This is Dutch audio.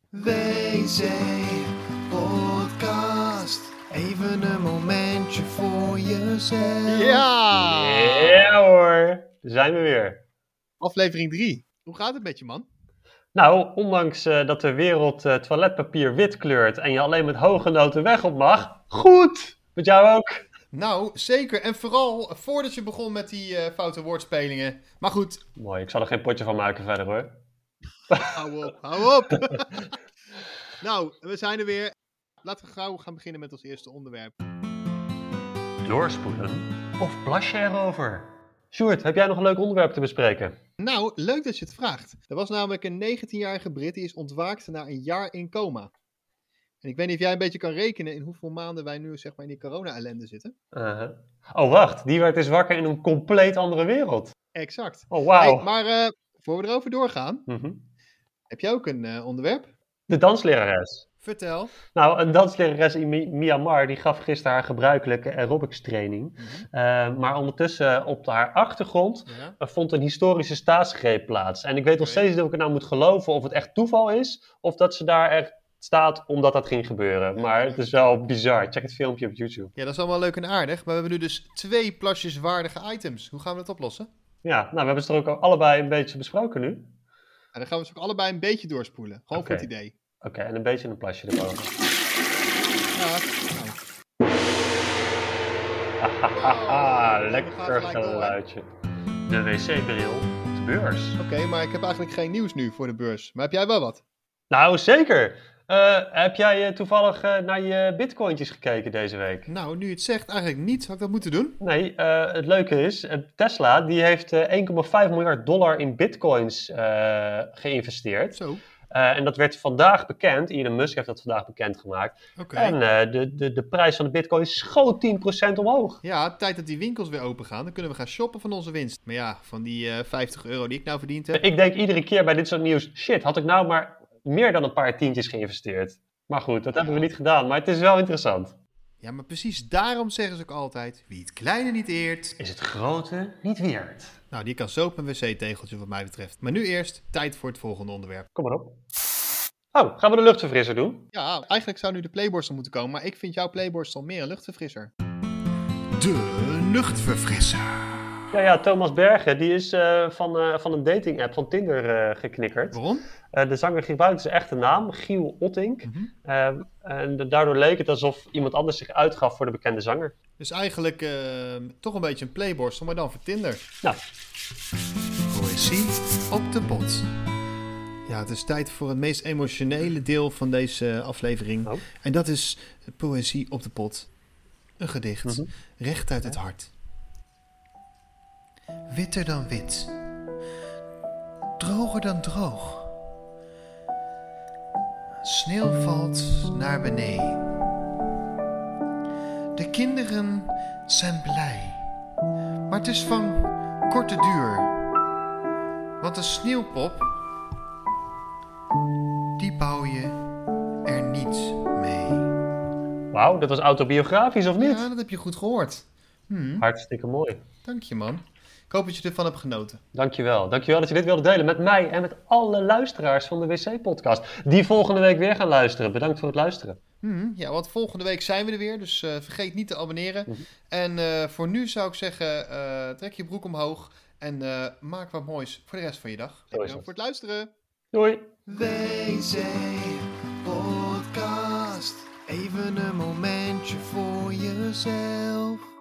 WC Podcast. Even een momentje voor jezelf. Ja hoor, daar zijn we weer. Aflevering 3. Hoe gaat het met je, man? Nou, ondanks dat de wereld toiletpapier wit kleurt en je alleen met hoge noten weg op mag, goed! Met jou ook? Nou, zeker. En vooral voordat je begon met die foute woordspelingen. Maar goed. Mooi, ik zal er geen potje van maken verder hoor. Hou op. Nou, we zijn er weer. Laten we gauw gaan beginnen met ons eerste onderwerp. Doorspoelen of plas je erover? Sjoerd, heb jij nog een leuk onderwerp te bespreken? Nou, leuk dat je het vraagt. Er was namelijk een 19-jarige Brit die is ontwaakt na een jaar in coma. En ik weet niet of jij een beetje kan rekenen in hoeveel maanden wij nu zeg maar in die corona-ellende zitten. Oh wacht, die werd dus wakker in een compleet andere wereld. Exact. Oh wauw. Hey, maar voor we erover doorgaan, heb jij ook een onderwerp? De danslerares. Vertel. Nou, een danslerares in Myanmar die gaf gisteren haar gebruikelijke aerobics training. Maar ondertussen op haar achtergrond vond een historische staatsgreep plaats. En ik weet nog steeds niet of ik het nou moet geloven of het echt toeval is, of dat ze daar echt staat omdat dat ging gebeuren. Maar het is wel bizar. Check het filmpje op YouTube. Ja, dat is allemaal leuk en aardig. Maar we hebben nu dus 2 plasjeswaardige items. Hoe gaan we dat oplossen? Ja, nou, we hebben ze er ook allebei een beetje besproken nu. En dan gaan we ze ook allebei een beetje doorspoelen. Gewoon Oké. goed idee. Oké, en een beetje een plasje erboven. Ja, nou. Hahaha, Wow, lekker we gaan gelijk door, hè? geluidje. De wc-bril op de beurs. Oké, maar ik heb eigenlijk geen nieuws nu voor de beurs. Maar heb jij wel wat? Nou, zeker. Heb jij toevallig naar je bitcointjes gekeken deze week? Nou, nu je het zegt, eigenlijk niet. Had ik dat moeten doen? Nee, het leuke is, Tesla die heeft 1,5 miljard dollar in bitcoins geïnvesteerd. Zo. En dat werd vandaag bekend. Elon Musk heeft dat vandaag bekendgemaakt. Oké. En de prijs van de bitcoin schoot 10% omhoog. Ja, tijd dat die winkels weer open gaan. Dan kunnen we gaan shoppen van onze winst. Maar ja, van die €50 die ik nou verdiend heb. Ik denk iedere keer bij dit soort nieuws, shit, had ik nou maar meer dan een paar tientjes geïnvesteerd. Maar goed, dat hebben we niet gedaan. Maar het is wel interessant. Ja, maar precies daarom zeggen ze ook altijd, wie het kleine niet eert. Is het grote niet weerd? Nou, die kan zo op een wc-tegeltje wat mij betreft. Maar nu eerst, tijd voor het volgende onderwerp. Kom maar op. Oh, gaan we de luchtverfrisser doen? Ja, eigenlijk zou nu de playborstel moeten komen, maar ik vind jouw playborstel meer een luchtverfrisser. De luchtverfrisser. Ja, Thomas Bergen, die is van een dating-app van Tinder geknikkerd. Waarom? De zanger gebruikte zijn echte naam, Giel Ottink. En daardoor leek het alsof iemand anders zich uitgaf voor de bekende zanger. Dus eigenlijk toch een beetje een playborstel, maar dan voor Tinder. Nou, Poëzie op de pot. Ja, het is tijd voor het meest emotionele deel van deze aflevering. Oh. En dat is poëzie op de pot. Een gedicht, recht uit het hart. Witter dan wit. Droger dan droog. Sneeuw valt naar beneden. De kinderen zijn blij. Maar het is van korte duur. Want de sneeuwpop, die bouw je er niet mee. wauw, dat was autobiografisch of niet? Ja, dat heb je goed gehoord. Hartstikke mooi. Dank je, man. Ik hoop dat je ervan hebt genoten. Dankjewel. Dankjewel dat je dit wilde delen met mij en met alle luisteraars van de WC-podcast. Die volgende week weer gaan luisteren. Bedankt voor het luisteren. Ja, want volgende week zijn we er weer, dus vergeet niet te abonneren. En voor nu zou ik zeggen, trek je broek omhoog en maak wat moois voor de rest van je dag. Bedankt voor het luisteren. Doei. WC Podcast. Even een momentje voor jezelf.